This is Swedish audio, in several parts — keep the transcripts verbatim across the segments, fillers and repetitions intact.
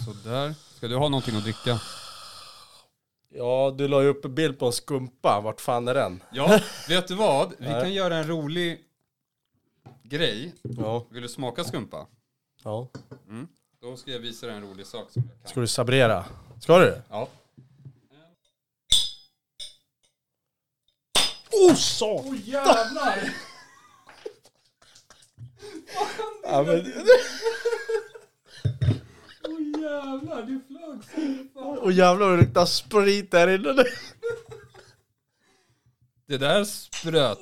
Så där. Ska du ha någonting att dricka? Ja, du la ju upp en bild på en skumpa. Vart fan är den? Ja, vet du vad? Vi Nej. kan göra en rolig grej. Ja. Vill du smaka skumpa? Ja. Mm. Då ska jag visa dig en rolig sak som jag kan. Ska du sabrera? Ska du? Ja. Oh, så! Åh oh, jävlar! Ja, men... Åh oh, jävlar, det flög så fan. Och jävlar, det luktar sprit där inne. Det där spröt.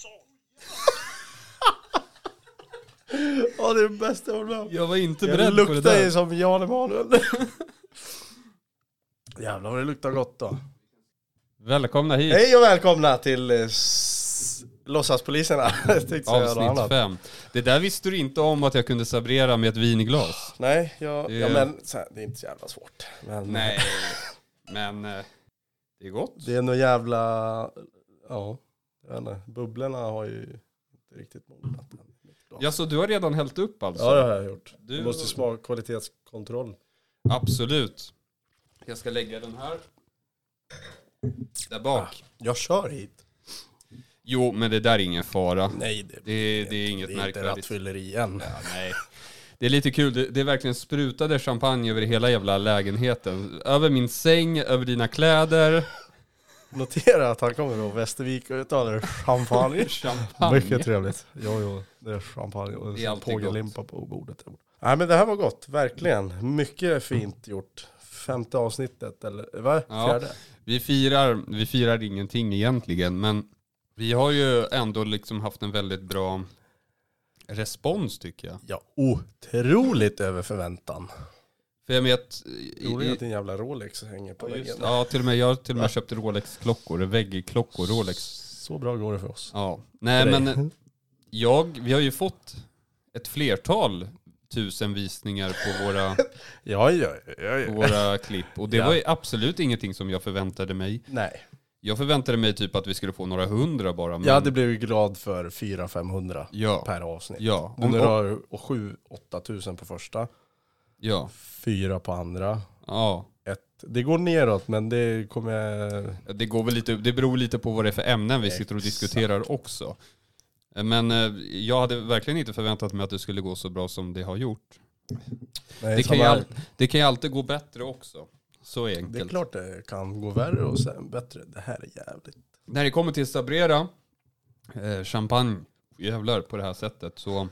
Ja, det är det bästa jag har. Jag var inte Jag beredd på det luktar där. ju som Jan Emanuel. Jävlar vad det luktar gott då. Välkomna hit. Hej och välkomna till eh, s- Låtsaspoliserna. Jag tänkte säga något Avsnitt annat. fem. Det där visste du inte om att jag kunde sabrera med ett vinglas. Nej, jag, Det- ja, men så här, det är inte så jävla svårt. Men, Nej, men eh, det är gott. Det är nog jävla... Ja, jag vet inte. Bubblorna har ju inte riktigt mognat. Ja, så du har redan hällt upp alltså? Ja, det har jag gjort. Du- Du måste smaka kvalitetskontroll. Absolut. Jag ska lägga den här där bak. Jag kör hit. Jo, men det där är ingen fara. Nej, det, Det, det är inget det är inte märkvärdigt. rattfylleri än. Ja, nej. Det är lite kul, det, det är verkligen sprutade champagne över hela jävla lägenheten. Över min säng, över dina kläder. Notera att han kommer från Västervik och uttalar champagne. Champagne. Mycket trevligt. Jo, jo, det är champagne och Det är alltid pågelimpa på bordet. Nej, men det här var gott, verkligen. Mycket fint gjort. Femte avsnittet, eller vad? Ja. Fjärde? Vi firar, vi firar ingenting egentligen, men vi har ju ändå liksom haft en väldigt bra respons tycker jag. Ja, otroligt över förväntan. För jag vet... Roligt att din jävla Rolex hänger på väggen. Just, ja, till och med, jag har till och med köpt Rolex-klockor, väggklockor, Rolex. Så bra går det för oss. Ja, nej För dig. men jag, vi har ju fått ett flertal tusen visningar på våra, Ja, ja, ja, på ja. våra klipp. Och det Ja. var ju absolut ingenting som jag förväntade mig. Nej. Jag förväntade mig typ att vi skulle få några hundra bara. Men Jag hade blivit glad för fyra till femhundra ja, per avsnitt. ja, Nu om, har du sju till åtta tusen på första, ja, fyra på andra. ja. Ett. Det går neråt, men det kommer... Det går väl lite, det beror lite på vad det är för ämnen vi sitter och Exakt. diskuterar också. Men eh, jag hade verkligen inte förväntat mig att det skulle gå så bra som det har gjort. Nej, Det kan, ju samma- all, det kan ju alltid gå bättre också. Så enkelt. Det är klart det kan gå värre och sen bättre. Det här är jävligt. När det kommer till sabrera eh, champagne, jävlar på det här sättet, så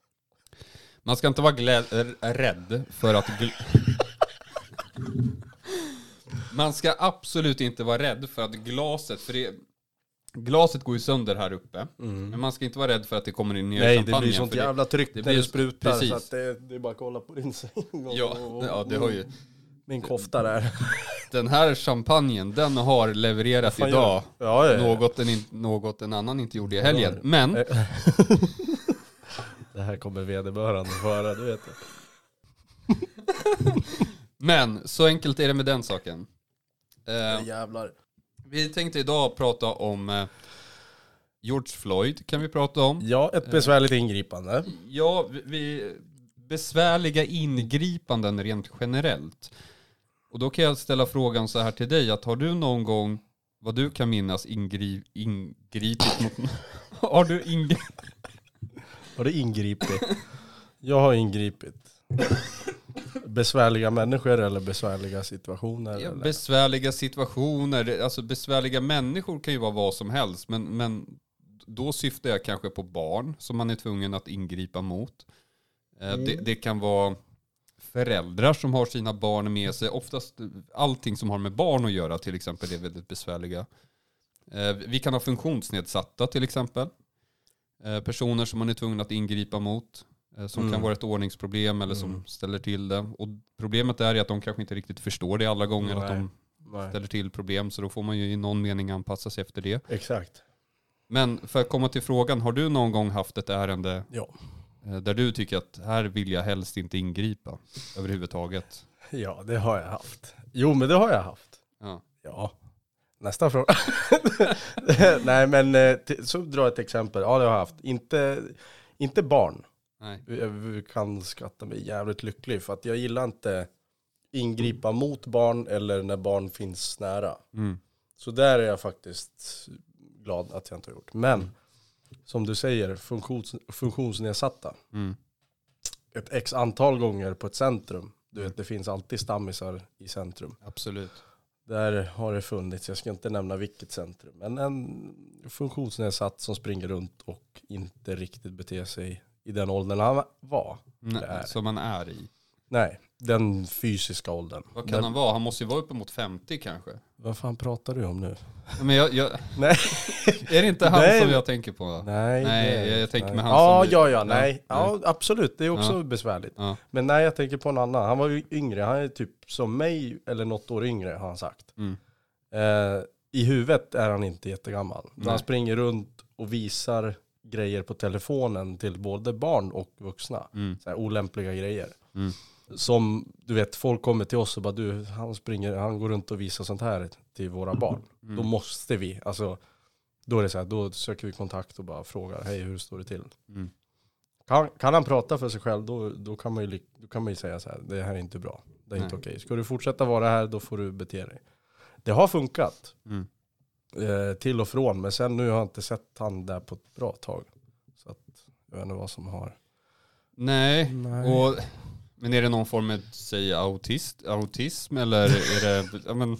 man ska inte vara glä- rädd för att gl- man ska absolut inte vara rädd för att glaset, för det, glaset går ju sönder här uppe, men man ska inte vara rädd för att det kommer in ner Nej, det champagnen. blir sånt för det- jävla tryck det när blir- det sprutar. precis. Så att det, det är bara att kolla på din säng. Ja, ja, det har ju Min kofta där. den här champagnen, den har levererat Fan, idag. Ja, ja, ja. Något en, in- något en annan inte gjorde i helgen. Men Det här kommer vederbörande föra, du vet det. Men så enkelt är det med den saken. Eh, Jävlar. vi tänkte idag prata om eh, George Floyd, kan vi prata om. Ja, ett besvärligt ingripande. Ja, vi, vi, besvärliga ingripanden rent generellt. Och då kan jag ställa frågan så här till dig, att har du någon gång, vad du kan minnas, ingri, ingripit mot... har du ingripit? Har du ingripit? Jag har ingripit. Besvärliga människor eller besvärliga situationer? Ja, eller? besvärliga situationer, alltså besvärliga människor kan ju vara vad som helst, men, men då syftar jag kanske på barn som man är tvungen att ingripa mot. Eh, Mm. det, det kan vara föräldrar som har sina barn med sig, oftast allting som har med barn att göra till exempel är väldigt besvärliga. Eh, vi kan ha funktionsnedsatta till exempel. Eh, personer som man är tvungen att ingripa mot. Som Mm. kan vara ett ordningsproblem eller som Mm. ställer till det. Och problemet är att de kanske inte riktigt förstår det alla gånger. Att Nej. de Nej. ställer till problem. Så då får man ju i någon mening anpassa sig efter det. Exakt. Men för att komma till frågan. Har du någon gång haft ett ärende Ja. eh, där du tycker att här vill jag helst inte ingripa överhuvudtaget? Ja, det har jag haft. Jo, men det har jag haft. Ja. Ja. Nästa fråga. Nej, men eh, t- så dra ett exempel. Ja, det har jag haft. Inte, inte barn. Nej. Jag kan skatta mig jävligt lycklig för att jag gillar inte ingripa mot barn eller när barn finns nära. Mm. Så där är jag faktiskt glad att jag inte har gjort. Men mm. som du säger, funktions, funktionsnedsatta. Mm. Ett x antal gånger på ett centrum. Du vet, det finns alltid stammisar i centrum. Absolut. Där har det funnits, jag ska inte nämna vilket centrum, men en funktionsnedsatt som springer runt och inte riktigt beter sig i den åldern han var. Nej, som man är i. Nej, den fysiska åldern. Vad kan den... han vara? Han måste ju vara uppemot femtio kanske. Vad fan pratar du om nu? Men jag, jag... nej. Är det inte han nej. som jag tänker på? Nej, nej nej. jag tänker nej. med han ja, som... Ja, ja, nej. Ja, ja absolut. Det är också ja. besvärligt. Ja. Men nej, jag tänker på en annan. Han var ju yngre. Han är typ som mig eller något år yngre, har han sagt. Mm. Eh, I huvudet är han inte jättegammal. Nej. Han springer runt och visar grejer på telefonen till både barn och vuxna. Mm. Så här olämpliga grejer. Mm. Som, du vet, folk kommer till oss och bara, du, han springer, han går runt och visar sånt här till våra barn. Mm. Då måste vi, alltså, då är det så här, då söker vi kontakt och bara frågar, hej, hur står det till? Mm. Kan, kan han prata för sig själv, då, då, kan man ju, då kan man ju säga så här, det här är inte bra. Det är Nej. inte okej. Ska du fortsätta vara här, då får du bete dig. Det har funkat. Mm. Eh, till och från, men sen nu har jag inte sett han där på ett bra tag. Så att, jag vet inte vad som har. Nej, Nej. Och... Men är det någon form av, säg, autist, autism eller är det, ja men...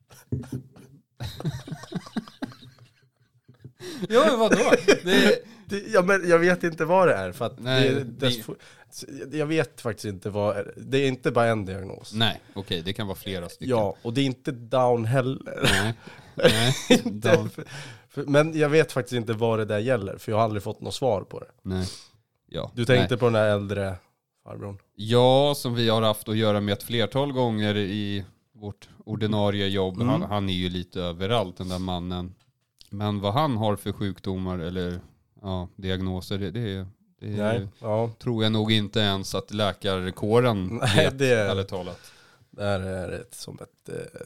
ja men vadå? Det... Det, ja, men jag vet inte vad det är för att Nej, det, dess, jag vet faktiskt inte vad, det är inte bara en diagnos. Nej, okej, okay, det kan vara flera stycken. Ja, och det är inte down heller. Nej, nej down. för, för, men jag vet faktiskt inte vad det där gäller, för jag har aldrig fått något svar på det. Nej. Ja, du tänkte nej. på den här äldre farbrorn? Ja, som vi har haft att göra med ett flertal gånger i vårt ordinarie jobb. Mm. Han, han är ju lite överallt, den där mannen. Men vad han har för sjukdomar eller ja, diagnoser, det, det, det nej, ja. tror jag nog inte ens att läkarkåren nej, vet, det eller talat. Det här är ett, som ett eh,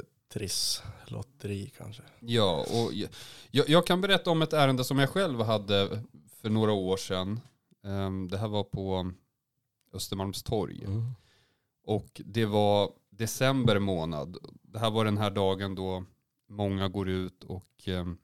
trisslotteri kanske. Ja, och jag, jag kan berätta om ett ärende som jag själv hade för några år sedan. Um, det här var på Östermalmstorg. Mm. Och det var december månad. Det här var den här dagen då många går ut och um,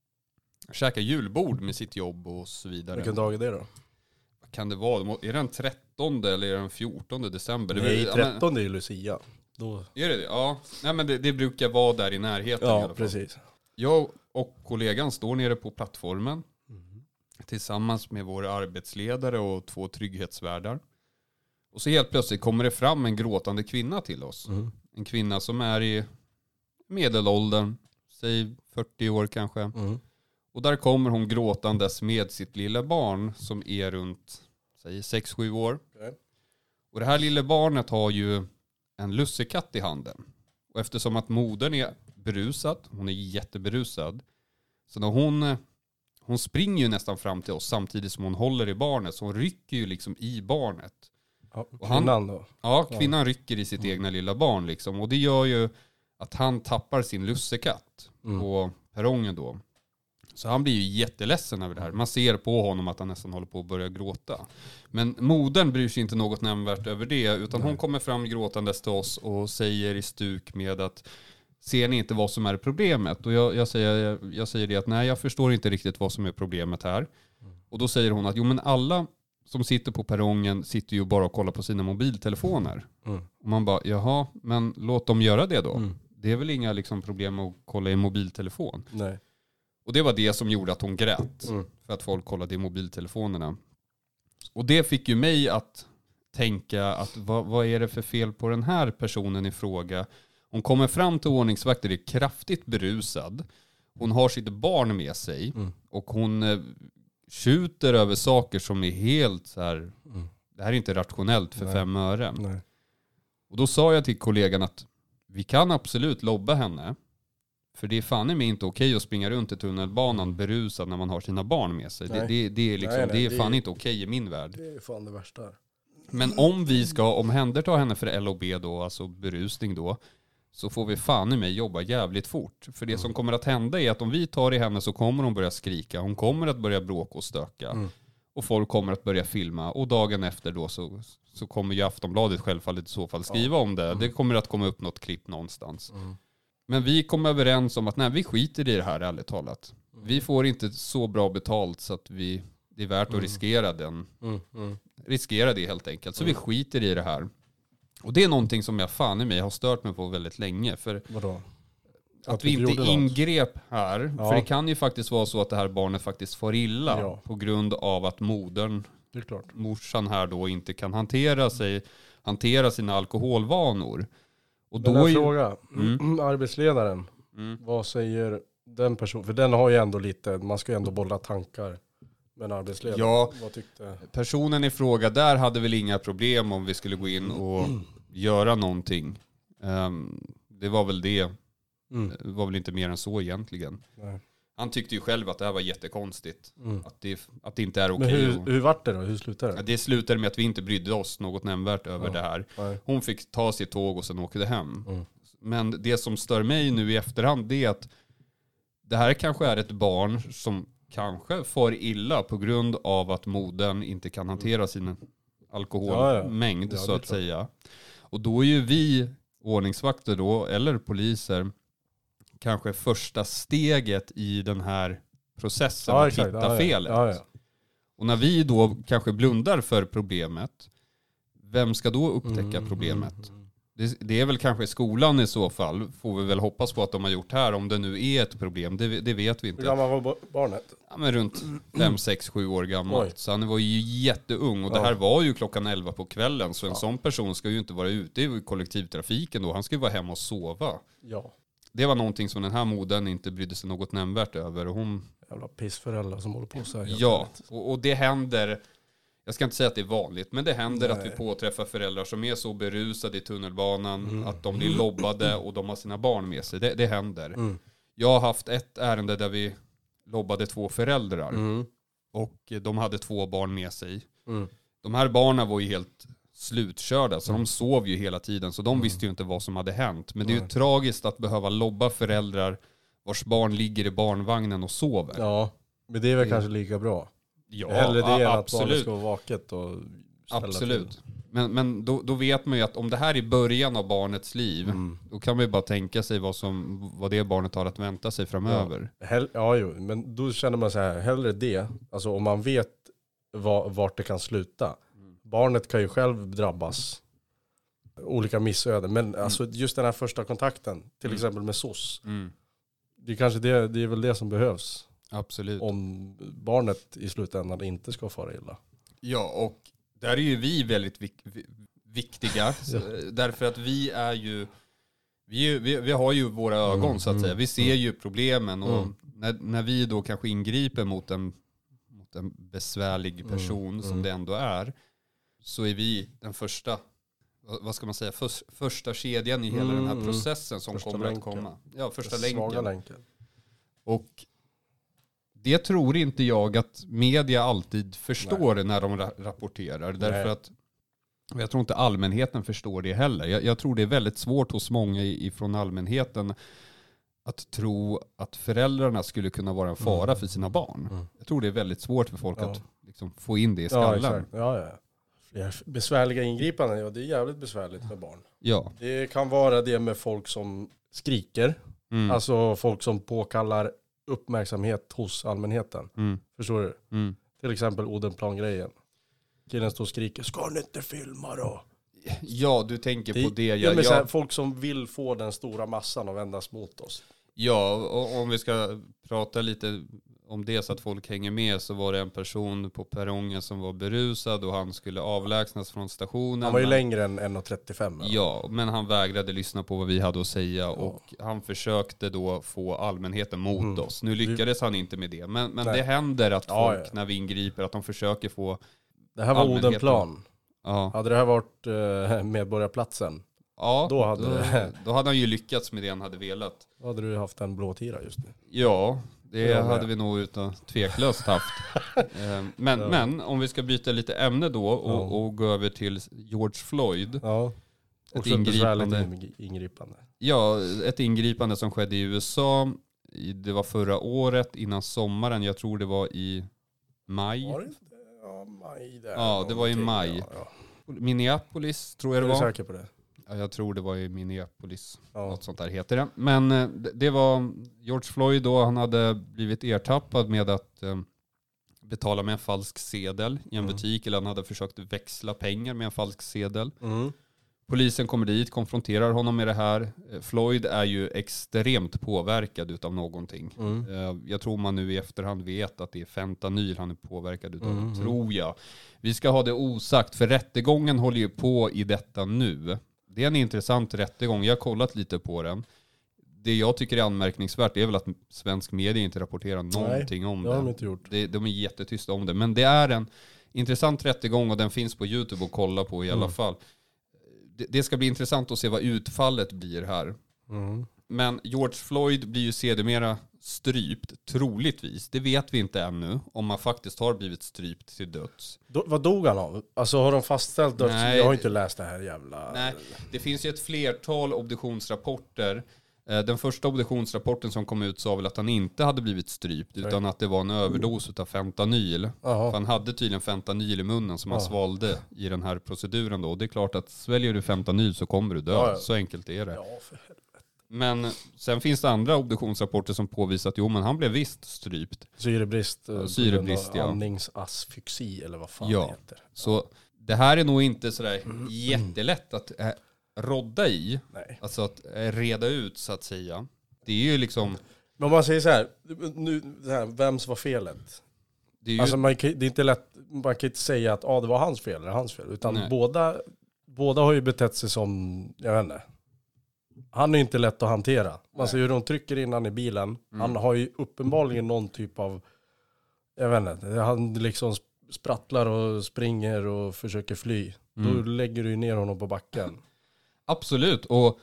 käkar julbord med sitt jobb och så vidare. Vilken dag är det då? Vad kan det vara? Är det den trettonde eller är det den fjortonde december? Nej, det, trettonde är ju Lucia. Då... Är det det? Ja. Nej, men det, det brukar vara där i närheten. Ja, i alla fall. precis. Jag och kollegan står nere på plattformen mm. tillsammans med våra arbetsledare och två trygghetsvärdar. Och så helt plötsligt kommer det fram en gråtande kvinna till oss. Mm. En kvinna som är i medelåldern, säg fyrtio år kanske. Mm. Och där kommer hon gråtandes med sitt lilla barn som är runt, säg sex sju år. Okay. Och det här lilla barnet har ju en lussekatt i handen. Och eftersom att modern är berusad, hon är jätteberusad. Så när hon, hon springer ju nästan fram till oss samtidigt som hon håller i barnet. Så hon rycker ju liksom i barnet. Ja, och han, kvinnan då? Ja, kvinnan ja. rycker i sitt mm. egna lilla barn liksom. Och det gör ju att han tappar sin lussekatt mm. på perrongen då. Så han blir ju jätteledsen över det här. Man ser på honom att han nästan håller på att börja gråta. Men modern bryr sig inte något nämnvärt över det. Utan Nej. hon kommer fram gråtandes till oss och säger i stuk med att ser ni inte vad som är problemet? Och jag, jag, säger, jag, jag säger det att nej, jag förstår inte riktigt vad som är problemet här. Mm. Och då säger hon att jo men alla som sitter på perrongen sitter ju bara och kollar på sina mobiltelefoner. Mm. Och man bara, jaha, men låt dem göra det då. Mm. Det är väl inga liksom, problem att kolla i mobiltelefon. Nej. Och det var det som gjorde att hon grät. Mm. För att folk kollade i mobiltelefonerna. Och det fick ju mig att tänka att vad, vad är det för fel på den här personen i fråga? Hon kommer fram till ordningsvakter, är kraftigt berusad. Hon har sitt barn med sig. Mm. Och hon eh, skjuter över saker som är helt så här. Mm. Det här är inte rationellt för Nej. fem öre. Nej. Och då sa jag till kollegan att vi kan absolut lobba henne. För det är fan är inte okej att springa runt i tunnelbanan berusad när man har sina barn med sig. Det, det, det är, liksom, nej, nej, det är fan det är, inte okej i min värld. Det är fan det värsta. Men om vi ska omhänderta henne för L O B då, alltså berusning då, så får vi fan i mig jobba jävligt fort. För det mm. som kommer att hända är att om vi tar i henne så kommer hon börja skrika. Hon kommer att börja bråka och stöka. Mm. Och folk kommer att börja filma. Och dagen efter då så, så kommer ju Aftonbladet självfallet i så fall skriva ja. om det. Mm. Det kommer att komma upp något klipp någonstans. Mm. Men vi kom överens om att nej, vi skiter i det här ärligt talat. Mm. Vi får inte så bra betalt så att vi, det är värt att mm. riskera den. Mm. Mm. Riskera det helt enkelt. Så mm. vi skiter i det här. Och det är någonting som jag fan i mig har stört mig på väldigt länge. För vadå? Att, att vi inte ingrep här. Ja. För det kan ju faktiskt vara så att det här barnet faktiskt får illa. Ja. På grund av att modern, det är klart. morsan här då inte kan hantera sig, hantera sina alkoholvanor. Och då Men en är ju... fråga. Mm. Arbetsledaren. Mm. Vad säger den personen? För den har ju ändå lite, man ska ju ändå bolla tankar med en arbetsledare. Ja, vad tyckte? Personen i fråga där hade väl inga problem om vi skulle gå in och mm. göra någonting. Um, det var väl det. Mm. Det var väl inte mer än så egentligen. Nej. Han tyckte ju själv att det här var jättekonstigt. Mm. Att, det, att det inte är okej. Men hur, och, hur var det då? Hur slutade det? Det slutade med att vi inte brydde oss något nämnvärt över ja. det här. Nej. Hon fick ta sitt tåg och sen åkte hem. Mm. Men det som stör mig nu i efterhand det är att det här kanske är ett barn som kanske får illa på grund av att modern inte kan hantera sin alkoholmängd ja, ja. Ja, så att klart. säga. Och då är ju vi ordningsvakter då, eller poliser, kanske första steget i den här processen ja, att hitta ja, ja. felet. Ja, ja. Och när vi då kanske blundar för problemet, vem ska då upptäcka mm, problemet? Mm, mm. Det, det är väl kanske skolan i så fall, får vi väl hoppas på att de har gjort här, om det nu är ett problem, det, det vet vi inte. Hur gammal var barnet? Ja, men runt fem, sex, sju år gammalt. Oj. Så han var ju jätteung och ja. det här var ju klockan elva på kvällen, så en ja. sån person ska ju inte vara ute i kollektivtrafiken då, han ska ju vara hemma och sova. Ja. Det var någonting som den här modern inte brydde sig något nämnvärt över. Och hon... Jävla pissföräldrar som håller på så här. Ja, och, och det händer, jag ska inte säga att det är vanligt, men det händer Nej. att vi påträffar föräldrar som är så berusade i tunnelbanan mm. att de blir lobbade och de har sina barn med sig. Det, det händer. Mm. Jag har haft ett ärende där vi lobbade två föräldrar mm. och de hade två barn med sig. Mm. De här barnen var ju helt slutkörda, så mm. de sov ju hela tiden, så de mm. visste ju inte vad som hade hänt. Men det är ju mm. tragiskt att behöva lobba föräldrar vars barn ligger i barnvagnen och sover. Ja, men det är väl det... kanske lika bra. Ja, hellre det ja, än att barnet ska vara vaket och absolut. Till. Men, men då, då vet man ju att om det här är början av barnets liv, mm. då kan man ju bara tänka sig vad, som, vad det barnet har att vänta sig framöver. Ja, Hell, ja jo, men då känner man så här, hellre det, alltså om man vet var, vart det kan sluta. Barnet kan ju själv drabbas olika missöden. Men mm. alltså just den här första kontakten, till mm. exempel med S O S. Mm. Det är kanske det, det är väl det som behövs. Absolut. Om barnet i slutändan inte ska fara illa. Ja, och där är ju vi väldigt vik- viktiga. ja. Därför att vi är ju, vi, vi, vi har ju våra ögon mm. så att säga. Vi ser mm. ju problemen. Och mm. när, när vi då kanske ingriper mot en, mot en besvärlig person mm. som mm. det ändå är, så är vi den första, vad ska man säga, för, första kedjan i hela mm, den här processen som kommer länken. att komma. Ja, första länken. länken. Och det tror inte jag att media alltid förstår Nej. när de ra- rapporterar. Nej. Därför att jag tror inte allmänheten förstår det heller. Jag, jag tror det är väldigt svårt hos många ifrån allmänheten att tro att föräldrarna skulle kunna vara en fara mm. för sina barn. Mm. Jag tror det är väldigt svårt för folk ja. att liksom få in det i skallen. Ja, exakt. Ja, ja. Besvärliga ingripanden, ja det är jävligt besvärligt med barn. Ja. Det kan vara det med folk som skriker. Mm. Alltså folk som påkallar uppmärksamhet hos allmänheten. Mm. Förstår du? Mm. Till exempel Odenplan-grejen. Killen står och skriker, ska ni inte filma då? Ja, du tänker det, på det. Ja, ja, men ja. Så här, folk som vill få den stora massan att vändas mot oss. Ja, och om vi ska prata lite om det så att folk hänger med, så var det en person på perrongen som var berusad och han skulle avlägsnas från stationen. Han var ju längre än en komma trettiofem. Eller? Ja, men han vägrade lyssna på vad vi hade att säga ja. och han försökte då få allmänheten mot mm. oss. Nu lyckades han inte med det, men, men det händer att folk ja, ja. när vi ingriper att de försöker få det här var Odenplan. Ja. Hade det här varit uh, Medborgarplatsen? Ja, då hade, då, det... då hade han ju lyckats med det han hade velat. Då hade du haft en blå tira just nu. Ja, det ja, hade ja. vi nog utan tveklöst haft. men, ja. men om vi ska byta lite ämne då och, ja. och gå över till George Floyd. Ja, ett ingripande. ingripande. Ja, ett ingripande som skedde i U S A. Det var förra året innan sommaren. Jag tror det var i maj. Var det? Ja, maj där. Ja, det var i maj. Ja, ja. Minneapolis tror jag det Är var. du säker på det? Ja, jag tror det var i Minneapolis. Ja. Något sånt där heter det. Men eh, det, det var George Floyd då. Han hade blivit ertappad med att eh, betala med en falsk sedel i en Mm. butik. Eller han hade försökt växla pengar med en falsk sedel. Mm. Polisen kommer dit, konfronterar honom med det här. Eh, Floyd är ju extremt påverkad utav någonting. Mm. Eh, jag tror man nu i efterhand vet att det är fentanyl han är påverkad utav. Mm. Tror jag. Vi ska ha det osagt, för rättegången håller ju på i detta nu. Det är en intressant rättegång. Jag har kollat lite på den. Det jag tycker är anmärkningsvärt är väl att svensk media inte rapporterar någonting Nej, om det har de det. inte gjort. det. De är jättetysta om det. Men det är en intressant rättegång och den finns på YouTube att kolla på i alla Mm. fall. Det, det ska bli intressant att se vad utfallet blir här. Mm. Men George Floyd blir ju sedermera strypt, troligtvis. Det vet vi inte ännu, om han faktiskt har blivit strypt till döds. Do, vad dog han av? Alltså har de fastställt döds? Nej. Jag har inte läst det här jävla... Nej, det finns ju ett flertal obduktionsrapporter. Eh, Den första obduktionsrapporten som kom ut sa väl att han inte hade blivit strypt, utan att det var en överdos av fentanyl. Jaha. För han hade tydligen fentanyl i munnen som han Ja. svalde i den här proceduren då. Och det är klart att sväljer du fentanyl så kommer du dö. Ja, ja. Så enkelt är det. Ja, för helvete. Men sen finns det andra obduktionsrapporter som påvisar att jo, men han blev visst strypt. Syrebrist. eh, syrebrist, på grund av ja. Andningsasfyxi eller vad fan Ja. det heter. Så det här är nog inte sådär jättelätt att äh, rodda i. Nej. Alltså att äh, reda ut så att säga. Det är ju liksom... Men om man säger så här, nu, så här vems var felet? Det är ju, Alltså man, kan- det är inte lätt, man kan inte säga att ah, det var hans fel eller hans fel. Utan Nej. båda, båda har ju betett sig som, jag vet inte. Han är inte lätt att hantera. Man ser hur de trycker in han i bilen. Mm. Han har ju uppenbarligen någon typ av, jag vet inte, han liksom sprattlar och springer och försöker fly. Mm. Då lägger du ju ner honom på backen. absolut. Och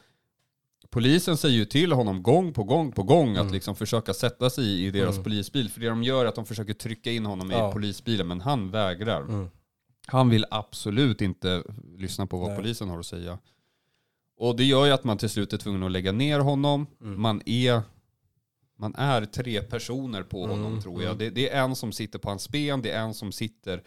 polisen säger ju till honom gång på gång på gång Mm. att liksom försöka sätta sig i deras Mm. polisbil. För det de gör är att de försöker trycka in honom Ja. i polisbilen, men han vägrar. Mm. Han vill absolut inte lyssna på vad Nej. polisen har att säga. Och det gör ju att man till slut är tvungen att lägga ner honom. Mm. Man är man är tre personer på Mm, honom tror jag. mm. Det, det är en som sitter på hans ben, det är en som sitter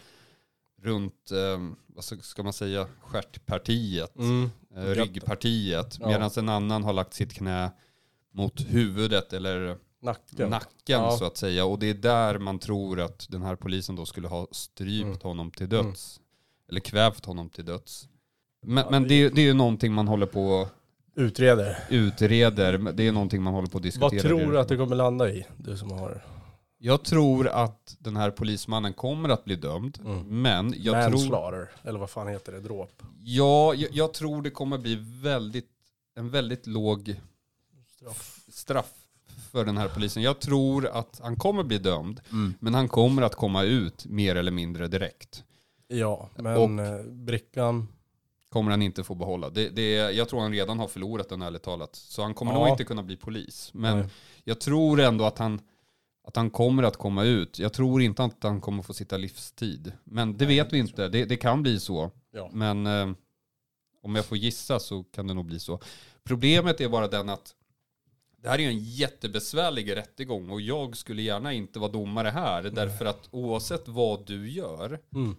runt, eh, vad ska man säga, stjärtpartiet, Mm. eh, ryggpartiet. Ja. Medan en annan har lagt sitt knä mot huvudet eller Nacken. nacken Ja. så att säga. Och det är där man tror att den här polisen då skulle ha strypt Mm. honom till döds. Eller kvävt honom till döds. Men, Ja, men det- det, är- det är ju någonting man håller på och Utreder. utreder. Det är någonting man håller på att diskutera. Vad tror du att det kommer landa i? Du som har... Jag tror att den här polismannen kommer att bli dömd. Mm. Men jag tror, Manslaughter, eller vad fan heter det? Dråp. ja, jag, jag tror det kommer bli väldigt, en väldigt låg Straff. straff för den här polisen. Jag tror att han kommer bli dömd. Mm. Men han kommer att komma ut mer eller mindre direkt. Ja, men Och- eh, brickan... Kommer han inte få behålla. Det, det, jag tror han redan har förlorat den, ärligt talat. Så han kommer Ja. nog inte kunna bli polis. Men Nej. jag tror ändå att han, att han kommer att komma ut. Jag tror inte att han kommer få sitta livstid. Men det Nej, vet vi jag inte. Det, det kan bli så. Ja. Men eh, om jag får gissa så kan det nog bli så. Problemet är bara den att det här är ju en jättebesvärlig rättegång. Och jag skulle gärna inte vara domare här. Därför att oavsett vad du gör, Mm.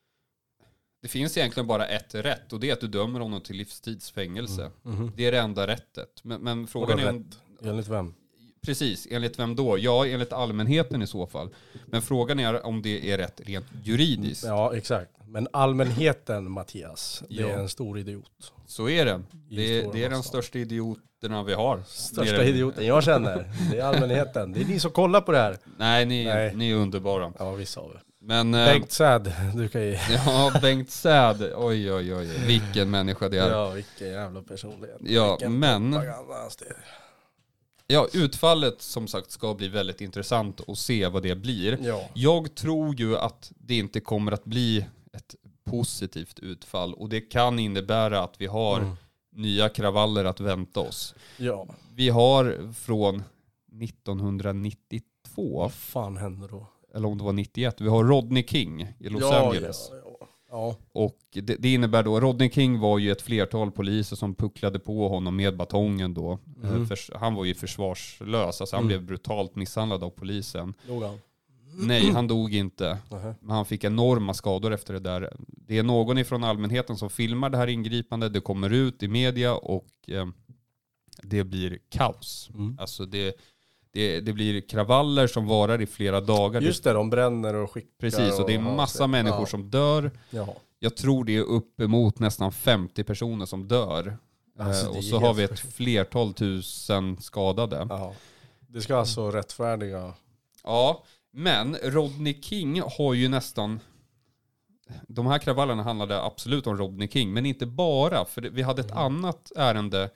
det finns egentligen bara ett rätt. Och det är att du dömer honom till livstidsfängelse. Mhm. Det är det enda rättet. Men, men frågan Vadå är om... rätt? Enligt vem? Precis, enligt vem då? Ja, enligt allmänheten i så fall. Men frågan är om det är rätt rent juridiskt. Ja, exakt. Men allmänheten, Mattias, det Ja. är en stor idiot. Så är det. I Det, stora det är den massan. största idioterna vi har. Största Nere- idioten jag känner. Det är allmänheten. Det är ni som kollar på det här. Nej, ni, Nej. ni är underbara. Ja, vissa av er. Men... eh, Bengt Säd, du kan ju... Ja, Bengt Säd. Oj, oj, oj. Vilken människa det är. Ja, Ja, vilken jävla personlighet. Ja, Vilken men- propaganda han styr. utfallet som sagt ska bli väldigt intressant att se vad det blir. Ja. Jag tror ju att det inte kommer att bli ett positivt utfall. Och det kan innebära att vi har Mm. nya kravaller att vänta oss. Ja. Vi har från nittonhundranittiotvå, Vad fan händer då? eller om det var nittioett, vi har Rodney King i Los ja, Angeles. Ja, ja. Ja. Och det, det innebär då, Rodney King var ju ett flertal poliser som pucklade på honom med batongen då. Mm. Eh, Förs- han var ju försvarslös, alltså han Mm. blev brutalt misshandlad av polisen. Låg han? Nej, han dog inte. Uh-huh. Men han fick enorma skador efter det där. Det är någon ifrån allmänheten som filmar det här ingripandet. Det kommer ut i media och eh, det blir kaos. Mm. Alltså det, det, det blir kravaller som varar i flera dagar. Just det, de bränner och skickar. Precis, och det är massa och människor ja. som dör. Ja. Jag tror det är uppemot nästan femtio personer som dör. Alltså, eh, och så har vi ett flertal tusen skadade. Ja. Det ska alltså rättfärdiga. Ja, men Rodney King har ju nästan... De här kravallerna handlade absolut om Rodney King, men inte bara. För vi hade ett mm. annat ärende.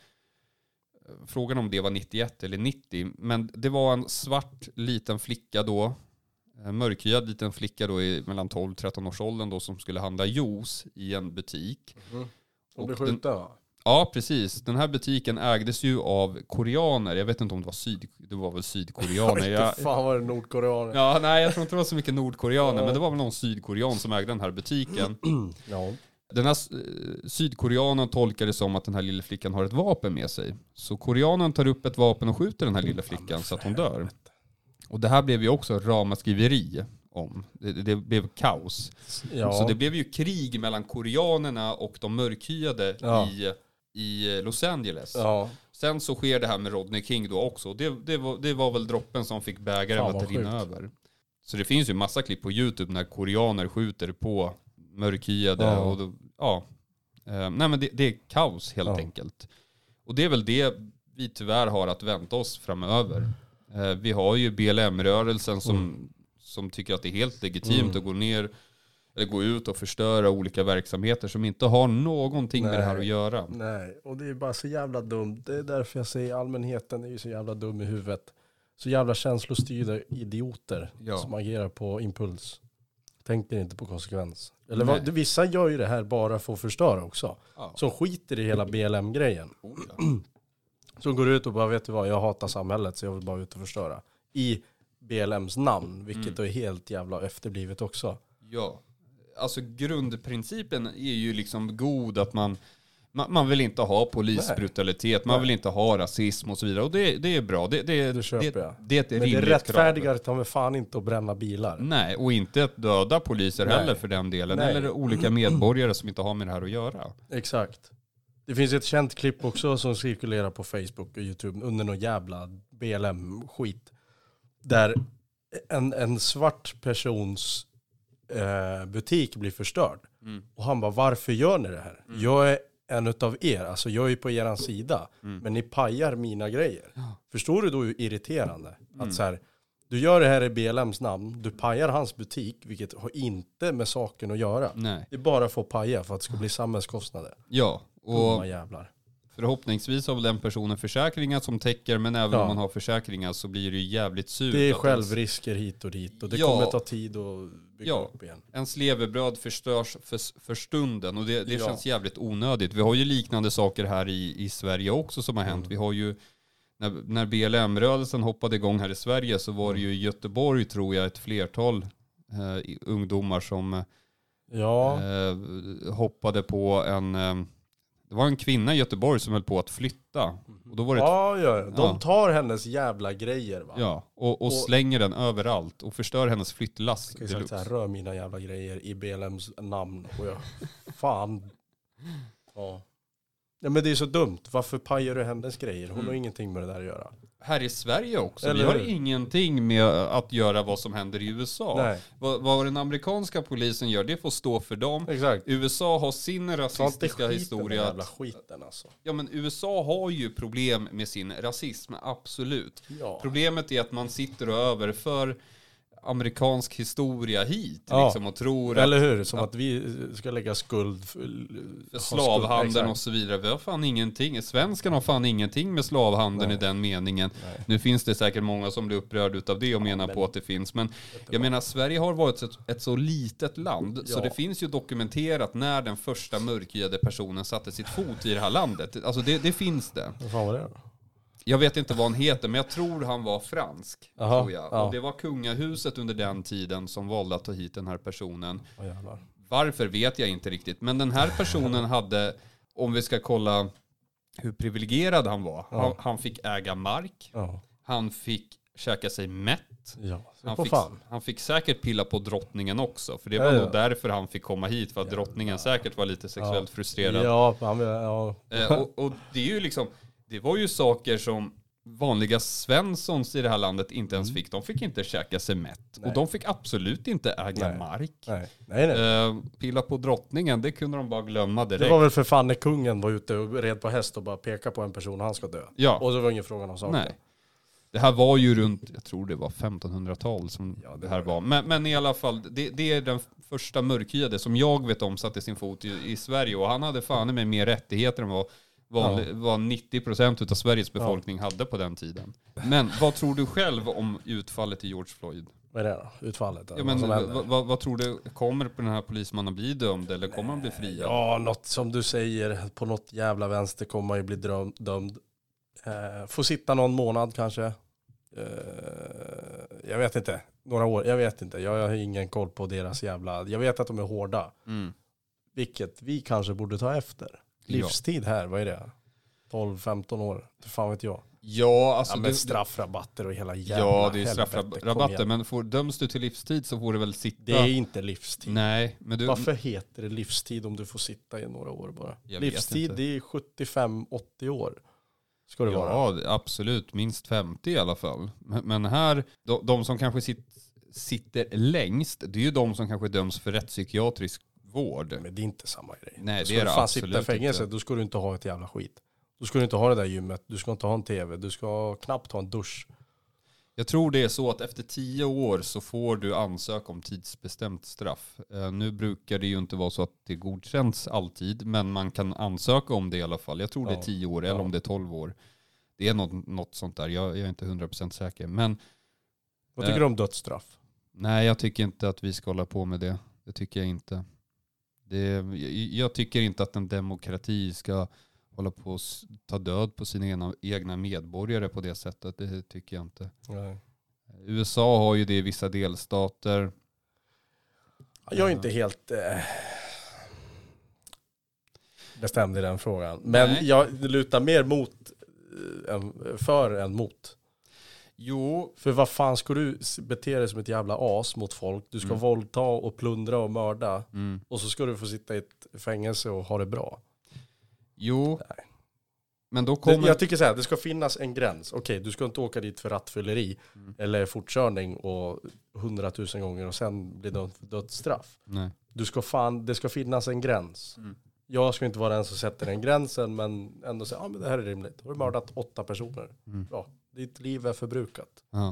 Frågan om det var nittioett eller nittio. Men det var en svart liten flicka då. Mörkhyad liten flicka då i mellan tolv till tretton års åldern då, som skulle handla juice i en butik. Mm. Och blev skjuten, va? Ja, precis. Den här butiken ägdes ju av koreaner. Jag vet inte om det var syd... Det var väl sydkoreaner. Jag vet inte fan var det nordkoreaner. Ja, nej, jag tror inte det var så mycket nordkoreaner. Ja. Men det var väl någon sydkorean som ägde den här butiken. Ja. Den här sydkoreanen tolkar det som att den här lilla flickan har ett vapen med sig. Så koreanen tar upp ett vapen och skjuter den här lilla flickan så att hon dör. Och det här blev ju också ramaskriveri om. Det, det blev kaos. Ja. Så det blev ju krig mellan koreanerna och de mörkhyade ja. i... i Los Angeles. Ja. Sen så sker det här med Rodney King då också. Det, det, var, det var väl droppen som fick bägaren att rinna över. Så det finns ju massa klipp på YouTube när koreaner skjuter på mörkhyade. Ja. Och då, ja. Uh, nej men det, det är kaos helt ja. enkelt. Och det är väl det vi tyvärr har att vänta oss framöver. Uh, vi har ju B L M-rörelsen som, mm. som tycker att det är helt legitimt mm. att gå ner eller gå ut och förstöra olika verksamheter som inte har någonting nej, med det här att göra. Nej, och det är bara så jävla dumt. Det är därför jag säger allmänheten är ju så jävla dum i huvudet. Så jävla känslostyrda idioter ja. som agerar på impuls. Tänker inte på konsekvens. Eller vad, vissa gör ju det här bara för att förstöra också. Ja. Som skiter i hela B L M-grejen. Oh, ja. Som går ut och bara, vet du vad, jag hatar samhället så jag vill bara ut och förstöra. I B L M:s namn, vilket mm. är helt jävla efterblivet också. Ja. Alltså grundprincipen är ju liksom god att man, man, man vill inte ha polisbrutalitet, man Nej. vill inte ha rasism och så vidare. Och det, det är bra. Det, det, det köper det, jag. Det är ett Men rimligt det rättfärdigar tar med fan inte att bränna bilar. Nej, och inte att döda poliser Nej. heller för den delen. Nej. Eller olika medborgare som inte har med det här att göra. Exakt. Det finns ett känt klipp också som cirkulerar på Facebook och YouTube under någon jävla B L M-skit. Där en, en svart persons eh, butik blir förstörd. Mm. Och han bara, varför gör ni det här? Mm. Jag är en utav er, alltså jag är på er sida. Mm. Men ni pajar mina grejer. Ja. Förstår du då hur irriterande? Mm. Att så här, du gör det här i B L M:s namn, du pajar hans butik, vilket har inte med saken att göra. Nej. Det är bara för att paja för att det ska bli samhällskostnader. Ja, och jävlar. Förhoppningsvis har väl den personen försäkringar som täcker, men även ja. om man har försäkringar så blir det ju jävligt surt. Det är självrisker hit och dit och det ja. kommer ta tid att bygga ja. upp igen. Ens levebröd förstörs för, för stunden och det, det ja. känns jävligt onödigt. Vi har ju liknande saker här i, i Sverige också som har hänt. Mm. Vi har ju, när, när B L M-rörelsen hoppade igång här i Sverige så var det ju i Göteborg, tror jag, ett flertal eh, ungdomar som ja. eh, hoppade på en... Eh, Det var en kvinna i Göteborg som höll på att flytta. Och då var det ett, ja, ja, de tar ja. hennes jävla grejer, va? Ja, och, och, och slänger den överallt och förstör hennes flyttlass. Jag kan säga, rör mina jävla grejer i B L M:s namn. Och jag, fan. Ja. Ja, men det är så dumt. Varför pajar du hennes grejer? Hon mm. har ingenting med det där att göra. Här i Sverige också. Eller vi har hur? ingenting med att göra vad som händer i U S A. Nej. Vad, vad den amerikanska polisen gör, det får stå för dem. Exakt. U S A har sin rasistiska historia. Jävla skiten, alltså. Ja, men U S A har ju problem med sin rasism, absolut. Ja. Problemet är att man sitter och överför amerikansk historia hit ja. liksom, och tror eller att, hur, som att, att vi ska lägga skuld för, för slavhandeln och så vidare. Vi har fan ingenting. Svenskarna har fan ingenting med slavhandeln i den meningen. Nej. Nu finns det säkert många som blir upprörda utav det och ja, menar men, på att det finns. Men jag menar, Sverige har varit ett, ett så litet land ja. så det finns ju dokumenterat när den första mörkhyade personen satte sitt fot i det här landet. Alltså det, det finns det. Vad fan var det då? Jag vet inte vad han heter, men jag tror han var fransk. Aha, tror jag. Ja. Och det var kungahuset under den tiden som valde att ta hit den här personen. Oh, Varför vet jag inte riktigt. Men den här personen hade, om vi ska kolla hur privilegierad han var. Ja. Han, han fick äga mark. Ja. Han fick käka sig mätt. Ja, Han på fick, fan. han fick säkert pilla på drottningen också. För det Ja, var ja. nog därför han fick komma hit. För att Ja. drottningen säkert var lite sexuellt Ja. frustrerad. Ja, han, ja. Eh, och, och det är ju liksom, det var ju saker som vanliga Svenssons i det här landet inte ens fick. De fick inte käka sig mätt. Nej. Och de fick absolut inte äga Nej. mark. Nej, nej, nej. Eh, pilla på drottningen, det kunde de bara glömma direkt. Det var väl för fan när kungen var ute och red på häst och bara pekade på en person och han ska dö. Ja. Och så var ingen frågan om saken. Nej. Det här var ju runt, jag tror det var femtonhundratal som Ja, det det här var var. Men, men i alla fall, det, det är den första mörkhyade som jag vet om satte sin fot i, i Sverige. Och han hade fan med mer rättigheter än vad, vanlig, Ja. vad nittio procent av Sveriges befolkning ja. hade på den tiden. Men vad tror du själv om utfallet i George Floyd? Vad är det då? Utfallet? Ja, men, vad, vad, vad tror du, kommer på den här polismannen bli dömd eller kommer han bli fri? Ja, något som du säger, på något jävla vänster kommer man ju bli dröm, dömd. Eh, får sitta någon månad kanske. Eh, jag vet inte. Några år, jag vet inte. Jag har ingen koll på deras jävla... Jag vet att de är hårda. Mm. Vilket vi kanske borde ta efter. Livstid här, vad är det? tolv femton år, det fan vet jag. Ja, alltså... Ja, men det, straffrabatter och hela jävla ja, det är helvete, straffrabatter. kom igen. Men får, döms du till livstid så får du väl sitta... Det är inte livstid. Nej, men du... Varför heter det livstid om du får sitta i några år bara? Jag vet Livstid, inte. det är sjuttiofem åttio år. Ska det vara? Ja, absolut. Minst femtio i alla fall. Men men här, de, de som kanske sit, sitter längst, det är ju de som kanske döms för rättspsykiatrisk vård. Men det är inte samma grej. Nej, Ska det är du det fan absolut sitta i fängelse, inte. då ska du inte ha ett jävla skit. Då ska du inte ha det där gymmet, du ska inte ha en tv, du ska knappt ha en dusch. Jag tror det är så att efter tio år så får du ansöka om tidsbestämt straff. Uh, nu brukar det ju inte vara så att det godkänns alltid, men man kan ansöka om det i alla fall. Jag tror Ja. det är tio år eller Ja. om det är tolv år. Det är något, något sånt där. Jag, jag är inte hundra procent säker. Men Vad tycker Eh. du om dödsstraff? nej, jag tycker inte att vi ska hålla på med det. Det tycker jag inte. Det, jag, jag tycker inte att en demokrati ska hålla på att s- ta död på sina egna, egna medborgare på det sättet. Det tycker jag inte. Nej. U S A har ju det i vissa delstater. Jag är inte helt eh, bestämd i den frågan. Men Nej. jag lutar mer mot eh, än, för än mot. Jo, För vad fan ska du s- bete dig som ett jävla as mot folk? Du ska Mm. våldta och plundra och mörda. mm. Och så ska du få sitta i ett fängelse och ha det bra. jo. Nej. Men då Det, kommer... jag tycker så här, det ska finnas en gräns. Okej, du ska inte åka dit för rattfylleri Mm. eller fortkörning och hundratusen gånger och sen blir det dödsstraff. Nej. Du ska fan, det ska finnas en gräns. Mm. Jag ska inte vara den som sätter den gränsen, men ändå säga, ja men det här är rimligt. Har du mördat åtta personer? Mm. Bra, ditt liv är förbrukat. Ja.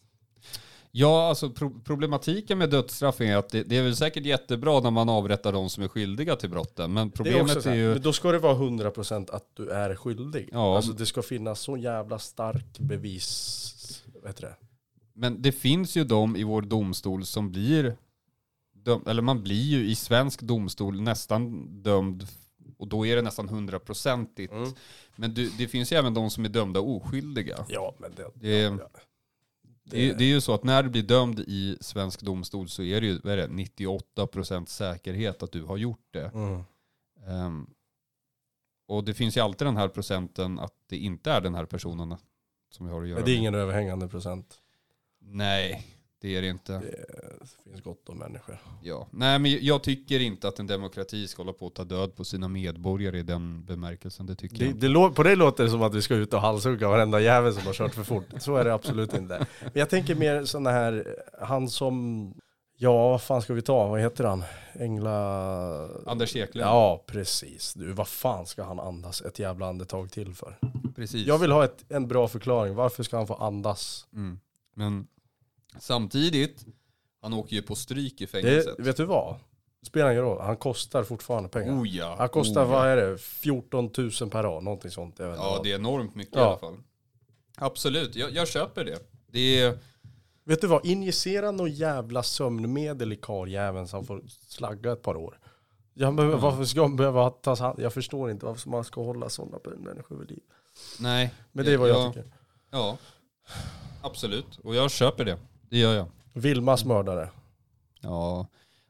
Ja, alltså pro- problematiken med dödsstraff är att det, det är väl säkert jättebra när man avrättar de som är skyldiga till brotten. Men Det är problemet också är, så här, ju... men då ska det vara hundra procent att du är skyldig. Ja. Alltså det ska finnas så jävla stark bevis, vad heter det? Men det finns ju de i vår domstol som blir dömd, eller man blir ju i svensk domstol nästan dömd, och då är det nästan hundraprocentigt. Mm. Men du, det finns ju även de som är dömda oskyldiga. Ja, men det... Det, ja, det, det är ju så att när du blir dömd i svensk domstol så är det ju vad är det, nittioåtta procent säkerhet att du har gjort det. Mm. Ehm, och det finns ju alltid den här procenten att det inte är den här personen som vi har att göra Men det är med. ingen överhängande procent. Nej, det är det inte. Det finns gott om människor. Ja. Nej, men jag tycker inte att en demokrati ska hålla på att ta död på sina medborgare i den bemärkelsen. Det tycker Det, jag inte. det, lå- på det låter det som att vi ska ut och halshugga varenda jävel som har kört för fort. Så är det absolut inte. Men jag tänker mer sådana här, han som, ja vad fan ska vi ta, vad heter han? Engla... Anders Eklund. Ja, precis. Du, vad fan ska han andas ett jävla andetag till för? Precis. Jag vill ha ett, en bra förklaring. Varför ska han få andas? Mm. Men samtidigt, han åker ju på stryk i fängelset. Det, vet du vad? Det spelar ingen roll. Han kostar fortfarande pengar. Oh ja. Han kostar, oh ja. vad är det? fjorton tusen per dag, någonting sånt. Jag vet inte Ja, vad. det är enormt mycket Ja. i alla fall. Absolut, jag, jag köper det. Det är... Vet du vad? Injicera någon jävla sömnmedel i karljäveln så han får slagga ett par år. Ja, men Mm. varför ska man behöva tas hand? Jag förstår inte varför man ska hålla sådana människor vid liv. Nej. Men det är vad jag, jag tycker. Ja, absolut. Och jag köper det. Det gör jag. Vilmas mördare. Ja,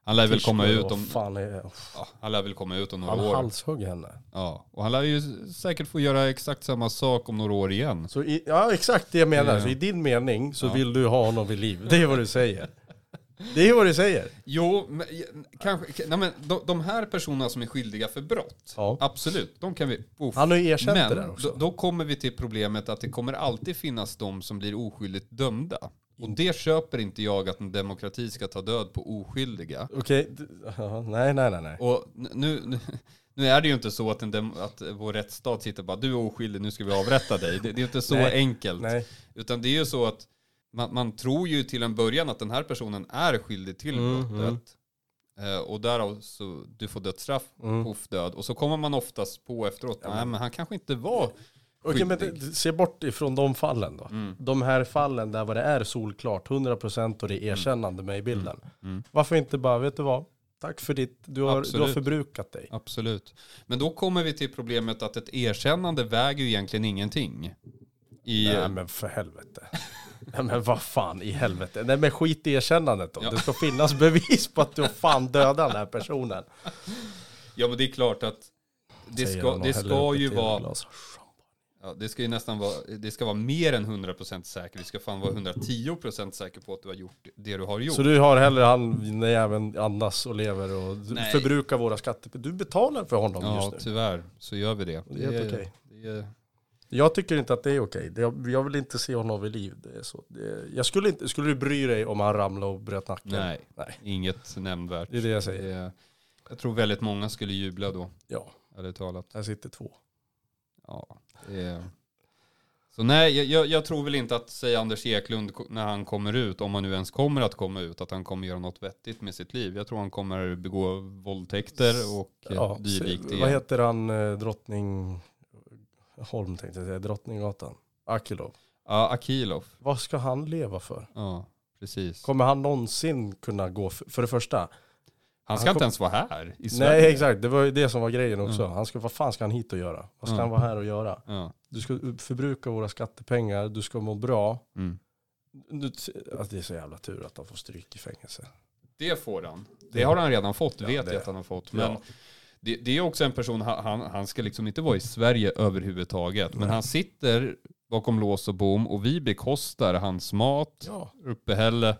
Han lär väl komma ut om... Fan är... ja, han lär väl komma ut om några han år. Han halshugg henne. Ja, och han lär ju säkert få göra exakt samma sak om några år igen. Så i, ja, exakt det jag menar. Ja. Så i din mening så ja. vill du ha honom vid liv. Det är vad du säger. Det är vad du säger. Jo, men, kanske, nej men de, de här personerna som är skyldiga för brott, ja. absolut, de kan vi... Uff. Han har ju erkänt men det där också. Då, då kommer vi till problemet att det kommer alltid finnas de som blir oskyldigt dömda. Och det köper inte jag, att en demokrati ska ta död på oskyldiga. Okej, okay. nej, nej, nej, nej. Och nu, nu, nu är det ju inte så att, en dem, att vår rättsstat sitter bara, du är oskyldig, nu ska vi avrätta dig. Det, det är inte så nej. enkelt. Nej. Utan det är ju så att man, man tror ju till en början att den här personen är skyldig till mm, brottet. Mm. Uh, och därav så du får dödsstraff, mm. poff, död. Och så kommer man oftast på efteråt, ja, nej men han kanske inte var... Okej, men det, se bort ifrån de fallen då. Mm. De här fallen där vad det är solklart, hundra procent och det är erkännande med i bilden. Mm. Mm. Varför inte bara, vet du vad? Tack för ditt, du har, du har förbrukat dig. Absolut. Men då kommer vi till problemet att ett erkännande väger ju egentligen ingenting. I... Nej men för helvete. Nej men vad fan i helvete. Nej men skit i erkännandet då. Ja. Det ska finnas bevis på att du har fan dödat den här personen. Ja men det är klart att det ska, det ska ju vara... Ja, det ska ju nästan vara, det ska vara mer än hundra procent säker. Det ska fan vara hundratio procent säker på att du har gjort det du har gjort. Så du har hellre han när även andas och lever och Nej. förbrukar våra skatter. Du betalar för honom ja, just nu. Ja, tyvärr så gör vi det. Det är helt okej. Det är... Jag tycker inte att det är okej. Jag, jag vill inte se honom vid liv. Det är så. Det, jag skulle inte, skulle du bry dig om han ramlade och bröt nacken? Nej, Nej. inget nämnvärt. Det är det jag säger. Det är, jag tror väldigt många skulle jubla då. Ja. Ärligt talat. Här sitter två. Ja, det är... Så nej, jag, jag tror väl inte att säga Anders Eklund när han kommer ut, om han nu ens kommer att komma ut, att han kommer göra något vettigt med sitt liv. Jag tror han kommer begå våldtäkter och ja, dylikt. Vad heter han, drottning Holm tänkte jag säga, Drottninggatan? Akilov. Ja, Akilov. Vad ska han leva för? Ja, precis. Kommer han någonsin kunna gå, för, för det första? Han ska han inte kom... ens vara här i Sverige. Nej, exakt. Det var ju det som var grejen också. Mm. Han ska, vad fan ska han hit och göra? Vad ska mm. han vara här och göra? Ja. Du ska förbruka våra skattepengar. Du ska må bra. Mm. Du, alltså det är så jävla tur att han får stryk i fängelse. Det får han. Det har han redan fått, ja, vet jag att han har fått. Men ja. det, det är också en person, han, han ska liksom inte vara i Sverige överhuvudtaget. Men Nej. han sitter bakom lås och bom och vi bekostar hans mat, ja. uppehälle.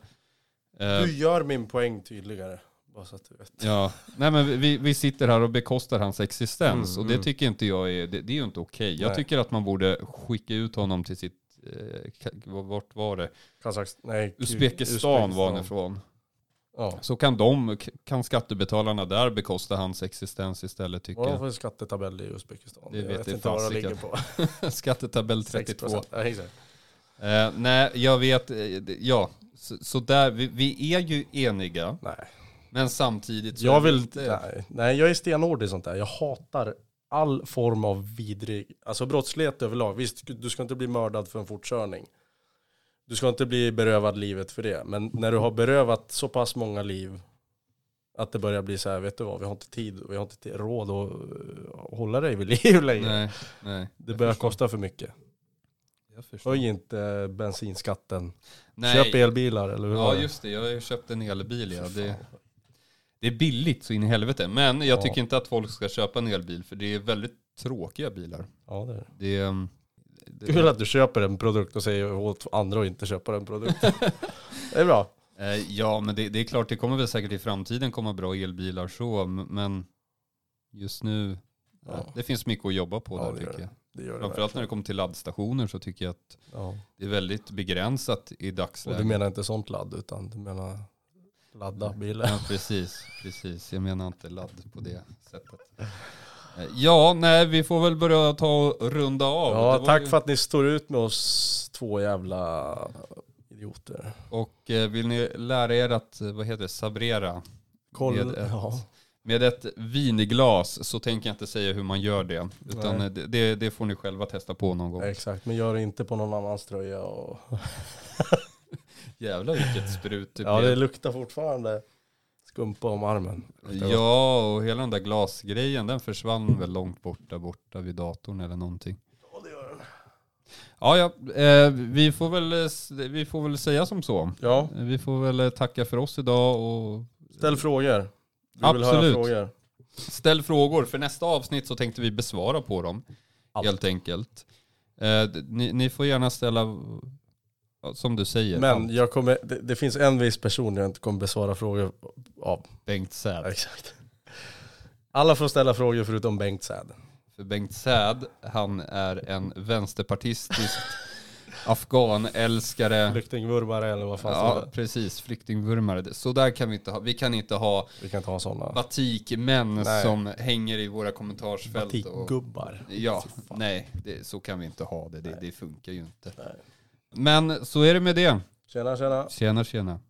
Du gör min poäng tydligare. Bara så att du vet. Ja, nej men vi, vi sitter här och bekostar hans existens. Mm, och det mm. tycker inte jag är, det, det är ju inte okej. Okay. Jag tycker att man borde skicka ut honom till sitt, eh, vart var det? Kazakst, nej, Uzbekistan, Uzbekistan var han ifrån. Ja. Så kan de, kan skattebetalarna där bekosta hans existens istället tycker jag. Vad för skattetabell i Uzbekistan? Det jag vet, vet det inte vad det ligger på. Skattetabell trettiotvå. Ja, exakt. Uh, nej, jag vet, ja. Så, så där, vi, vi är ju eniga. Nej. Men samtidigt så jag vill inte... Nej, nej, jag är stenhård i sånt där. Jag hatar all form av vidrig... Alltså brottslighet överlag. Visst, du ska inte bli mördad för en fortkörning. Du ska inte bli berövad livet för det. Men när du har berövat så pass många liv att det börjar bli så här, vet du vad, vi har inte tid, vi har inte råd att hålla dig vid liv längre. Nej, nej. Det börjar förstår. kosta för mycket. Jag förstår. Höj inte bensinskatten. Nej. Köp elbilar, eller hur? Ja, just det. Jag har ju köpt en elbil, ja. Det... Det är billigt så in i helvete. Men jag tycker ja. inte att folk ska köpa en elbil. För det är väldigt tråkiga bilar. Ja, det är det. Är, det är kul att du köper en produkt och säger åt andra att inte köpa den produkten. Det är bra. Ja, men det, det är klart. Det kommer väl säkert i framtiden komma bra elbilar så. Men just nu, ja. det finns mycket att jobba på ja, där tycker jag. Det gör det framförallt verkligen. När det kommer till laddstationer så tycker jag att ja. det är väldigt begränsat i dagsläget. Och du menar inte sånt ladd utan du menar... ladda bilen. Ja, precis, precis. Jag menar inte ladd på det sättet. Ja, nej, vi får väl börja ta och runda av. Ja, tack ju... för att ni står ut med oss två jävla idioter. Och eh, vill ni lära er att, vad heter det, sabrera Koll, med, ett, ja. med ett vinglas, så tänker jag inte säga hur man gör det. Utan det, det, det får ni själva testa på någon gång. Exakt, men gör det inte på någon annans tröja. Och... Jävlar vilket sprut det Ja, det luktar fortfarande skumpa om armen. Ja, och hela den där glasgrejen, den försvann väl långt borta, borta vid datorn eller någonting. Ja, det gör den. Ja, ja eh, vi, får väl, vi får väl säga som så. Ja. Vi får väl tacka för oss idag och Ställ frågor. Vi Absolut. vill höra frågor. Ställ frågor. För nästa avsnitt så tänkte vi besvara på dem. Allt. Helt enkelt. Eh, ni, ni får gärna ställa, som du säger. Men allt. jag kommer, det, det finns en viss person jag inte kommer besvara frågor av. Bengt Säd. Exakt. Alla får ställa frågor förutom Bengt Säd. För Bengt Säd, han är en vänsterpartistisk afghanälskare. Flyktingvurmare eller vad fan Ja, det är. precis. Flyktingvurmare. Så där kan vi inte ha. Vi kan inte ha, vi kan inte ha sådana batikmän nej. Som hänger i våra kommentarsfält. Batikgubbar. Och, ja, nej. Det, så kan vi inte ha det. Det, det funkar ju inte. Nej. Men så är det med det. Tjena, tjena. Tjena, tjena.